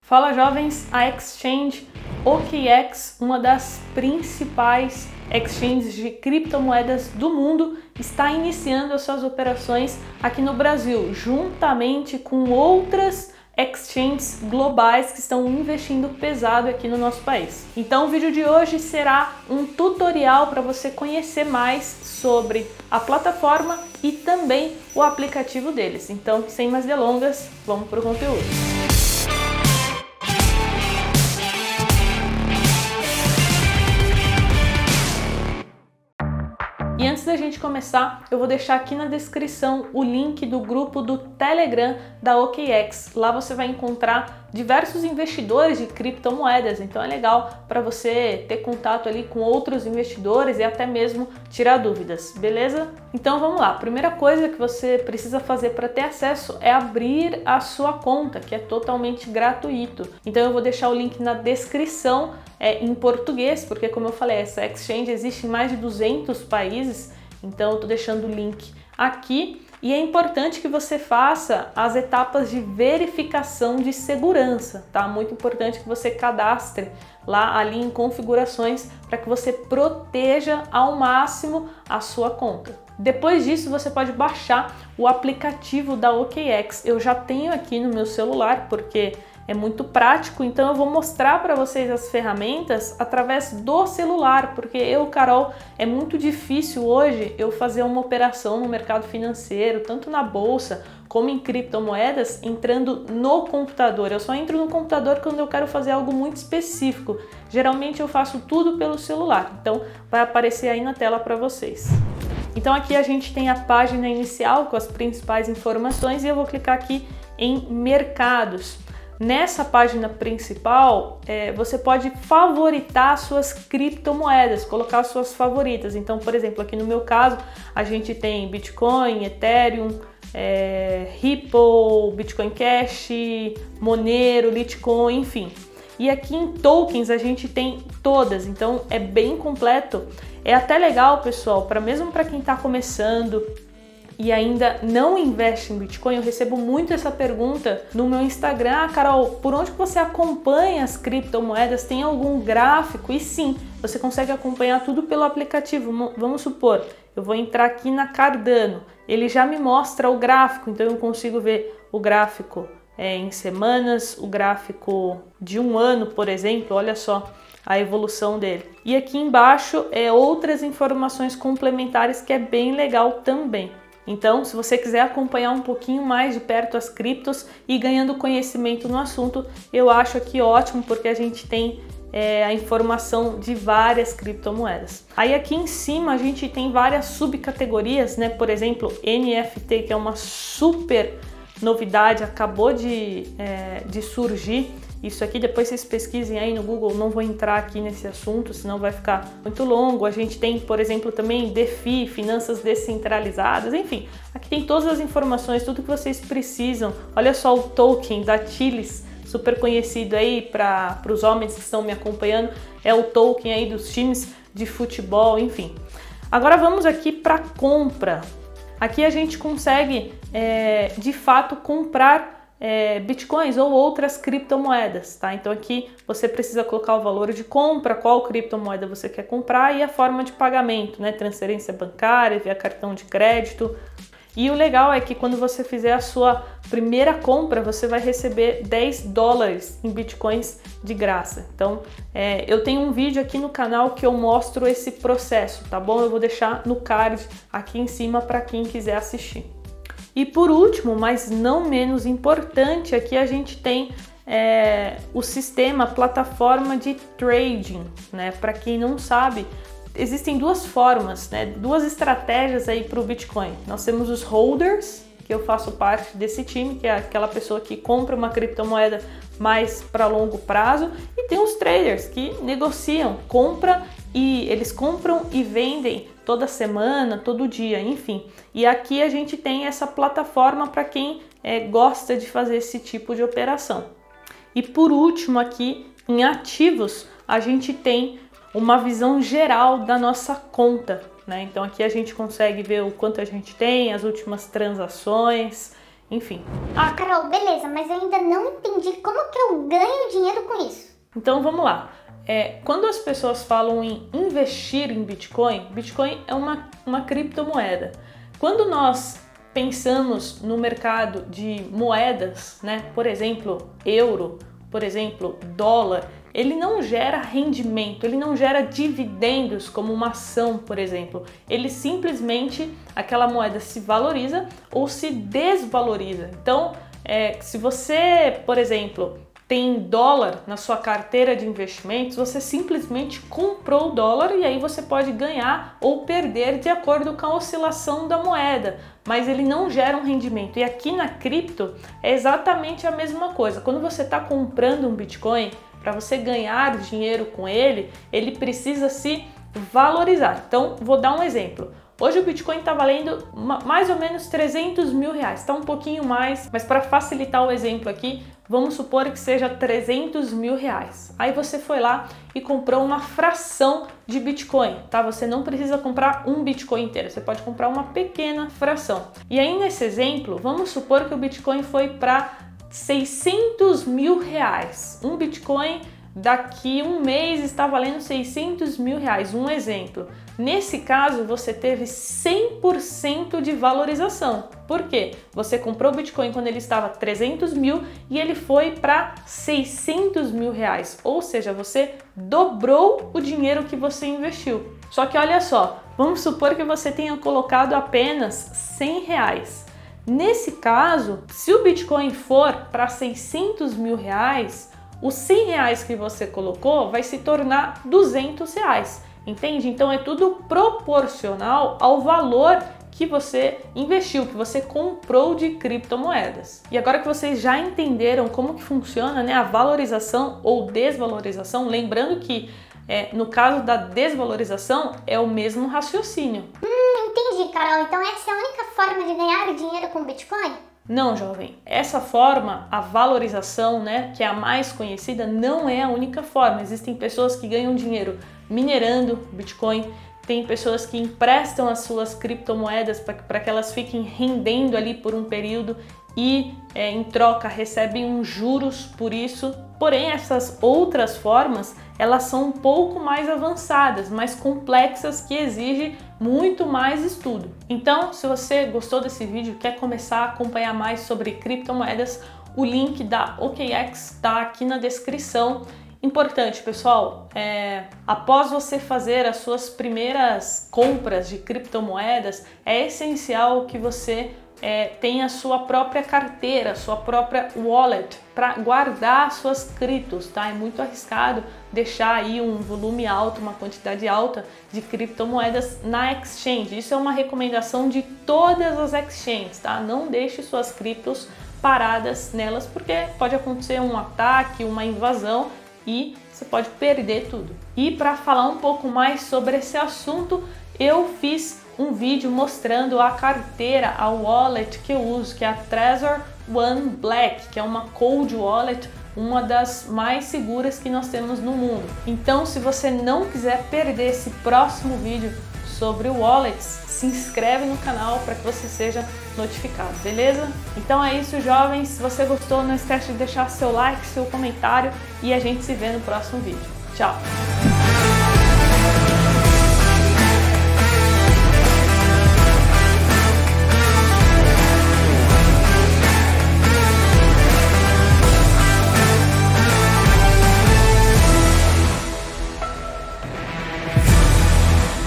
Fala jovens, a exchange OKX, uma das principais exchanges de criptomoedas do mundo, está iniciando as suas operações aqui no Brasil, juntamente com outras exchanges globais que estão investindo pesado aqui no nosso país. Então o vídeo de hoje será um tutorial para você conhecer mais sobre a plataforma e também o aplicativo deles. Então, sem mais delongas, vamos para o conteúdo. E antes da gente começar, eu vou deixar aqui na descrição o link do grupo do Telegram da OKX. Lá você vai encontrar diversos investidores de criptomoedas, então é legal para você ter contato ali com outros investidores e até mesmo tirar dúvidas, beleza? Então vamos lá, a primeira coisa que você precisa fazer para ter acesso é abrir a sua conta, que é totalmente gratuito. Então eu vou deixar o link na descrição em português, porque como eu falei, essa exchange existe em mais de 200 países, então eu tô deixando o link aqui. E é importante que você faça as etapas de verificação de segurança, tá? Muito importante que você cadastre lá ali em configurações para que você proteja ao máximo a sua conta. Depois disso, você pode baixar o aplicativo da OKX. Eu já tenho aqui no meu celular, porque é muito prático, então eu vou mostrar para vocês as ferramentas através do celular, porque Carol, é muito difícil hoje eu fazer uma operação no mercado financeiro, tanto na bolsa como em criptomoedas, entrando no computador. Eu só entro no computador quando eu quero fazer algo muito específico. Geralmente eu faço tudo pelo celular, então vai aparecer aí na tela para vocês. Então aqui a gente tem a página inicial com as principais informações e eu vou clicar aqui em mercados. Nessa página principal, você pode favoritar suas criptomoedas, colocar suas favoritas. Então, por exemplo, aqui no meu caso, a gente tem Bitcoin, Ethereum, Ripple, Bitcoin Cash, Monero, Litecoin, enfim. E aqui em tokens a gente tem todas, então é bem completo. É até legal, pessoal, mesmo para quem está começando e ainda não investe em Bitcoin. Eu recebo muito essa pergunta no meu Instagram: Carol, por onde você acompanha as criptomoedas? Tem algum gráfico? E sim, você consegue acompanhar tudo pelo aplicativo. Vamos supor, eu vou entrar aqui na Cardano, ele já me mostra o gráfico, então eu consigo ver o gráfico em semanas, o gráfico de um ano, por exemplo, olha só a evolução dele. E aqui embaixo outras informações complementares que é bem legal também. Então, se você quiser acompanhar um pouquinho mais de perto as criptos e ganhando conhecimento no assunto, eu acho aqui ótimo, porque a gente tem a informação de várias criptomoedas. Aí aqui em cima a gente tem várias subcategorias, né? Por exemplo, NFT, que é uma super novidade, acabou de surgir. Isso aqui, depois vocês pesquisem aí no Google, não vou entrar aqui nesse assunto, senão vai ficar muito longo. A gente tem, por exemplo, também DeFi, finanças descentralizadas, enfim. Aqui tem todas as informações, tudo que vocês precisam. Olha só o token da Chilis, super conhecido aí para os homens que estão me acompanhando. É o token aí dos times de futebol, enfim. Agora vamos aqui para compra. Aqui a gente consegue, de fato, comprar bitcoins ou outras criptomoedas, tá? Então aqui você precisa colocar o valor de compra, qual criptomoeda você quer comprar e a forma de pagamento, né? Transferência bancária, via cartão de crédito. E o legal é que quando você fizer a sua primeira compra, você vai receber $10 em bitcoins de graça. Então, eu tenho um vídeo aqui no canal que eu mostro esse processo, tá bom? Eu vou deixar no card aqui em cima para quem quiser assistir. E por último, mas não menos importante, aqui a gente tem o sistema, a plataforma de trading, né? Para quem não sabe, existem duas formas, né? Duas estratégias aí para o Bitcoin. Nós temos os holders, que eu faço parte desse time, que é aquela pessoa que compra uma criptomoeda mais para longo prazo, e tem os traders que negociam, eles compram e vendem toda semana, todo dia, enfim. E aqui a gente tem essa plataforma para quem gosta de fazer esse tipo de operação. E por último aqui, em ativos, a gente tem uma visão geral da nossa conta, né? Então aqui a gente consegue ver o quanto a gente tem, as últimas transações, enfim. Ah, Carol, beleza, mas eu ainda não entendi como que eu ganho dinheiro com isso. Então vamos lá. Quando as pessoas falam em investir em Bitcoin, Bitcoin é uma criptomoeda. Quando nós pensamos no mercado de moedas, né, por exemplo, euro, por exemplo, dólar, ele não gera rendimento, ele não gera dividendos como uma ação, por exemplo. Ele simplesmente, aquela moeda se valoriza ou se desvaloriza. Então, se você, por exemplo, tem dólar na sua carteira de investimentos, você simplesmente comprou o dólar e aí você pode ganhar ou perder de acordo com a oscilação da moeda, mas ele não gera um rendimento. E aqui na cripto é exatamente a mesma coisa. Quando você está comprando um Bitcoin, para você ganhar dinheiro com ele, ele precisa se valorizar. Então, vou dar um exemplo. Hoje o Bitcoin está valendo mais ou menos 300 mil reais, está um pouquinho mais, mas para facilitar o exemplo aqui, vamos supor que seja 300 mil reais. Aí você foi lá e comprou uma fração de Bitcoin, tá? Você não precisa comprar um Bitcoin inteiro, você pode comprar uma pequena fração. E aí nesse exemplo, vamos supor que o Bitcoin foi para 600 mil reais. Um Bitcoin daqui um mês está valendo 600 mil reais, um exemplo. Nesse caso, você teve 100% de valorização. Por quê? Você comprou o Bitcoin quando ele estava 300 mil e ele foi para 600 mil reais. Ou seja, você dobrou o dinheiro que você investiu. Só que olha só, vamos supor que você tenha colocado apenas 100 reais. Nesse caso, se o Bitcoin for para 600 mil reais, os 100 reais que você colocou vai se tornar 200 reais. Entende? Então é tudo proporcional ao valor que você investiu, que você comprou de criptomoedas. E agora que vocês já entenderam como que funciona, né, a valorização ou desvalorização, lembrando que no caso da desvalorização é o mesmo raciocínio. Entendi, Carol. Então essa é a única forma de ganhar dinheiro com Bitcoin? Não, jovem. Essa forma, a valorização, né, que é a mais conhecida, não é a única forma. Existem pessoas que ganham dinheiro minerando Bitcoin, tem pessoas que emprestam as suas criptomoedas para que elas fiquem rendendo ali por um período e em troca recebem uns juros por isso. Porém, essas outras formas, elas são um pouco mais avançadas, mais complexas, que exigem muito mais estudo. Então, se você gostou desse vídeo, quer começar a acompanhar mais sobre criptomoedas, o link da OKEx está aqui na descrição. Importante, pessoal, após você fazer as suas primeiras compras de criptomoedas, é essencial que você tenha a sua própria carteira, sua própria wallet para guardar suas criptos, tá? É muito arriscado deixar aí um volume alto, uma quantidade alta de criptomoedas na exchange. Isso é uma recomendação de todas as exchanges, tá? Não deixe suas criptos paradas nelas, porque pode acontecer um ataque, uma invasão e você pode perder tudo. E para falar um pouco mais sobre esse assunto, eu fiz um vídeo mostrando a carteira, a wallet que eu uso, que é a Trezor One Black, que é uma cold wallet, uma das mais seguras que nós temos no mundo. Então, se você não quiser perder esse próximo vídeo sobre wallets, se inscreve no canal para que você seja notificado, beleza? Então é isso, jovens. Se você gostou, não esquece de deixar seu like, seu comentário e a gente se vê no próximo vídeo. Tchau!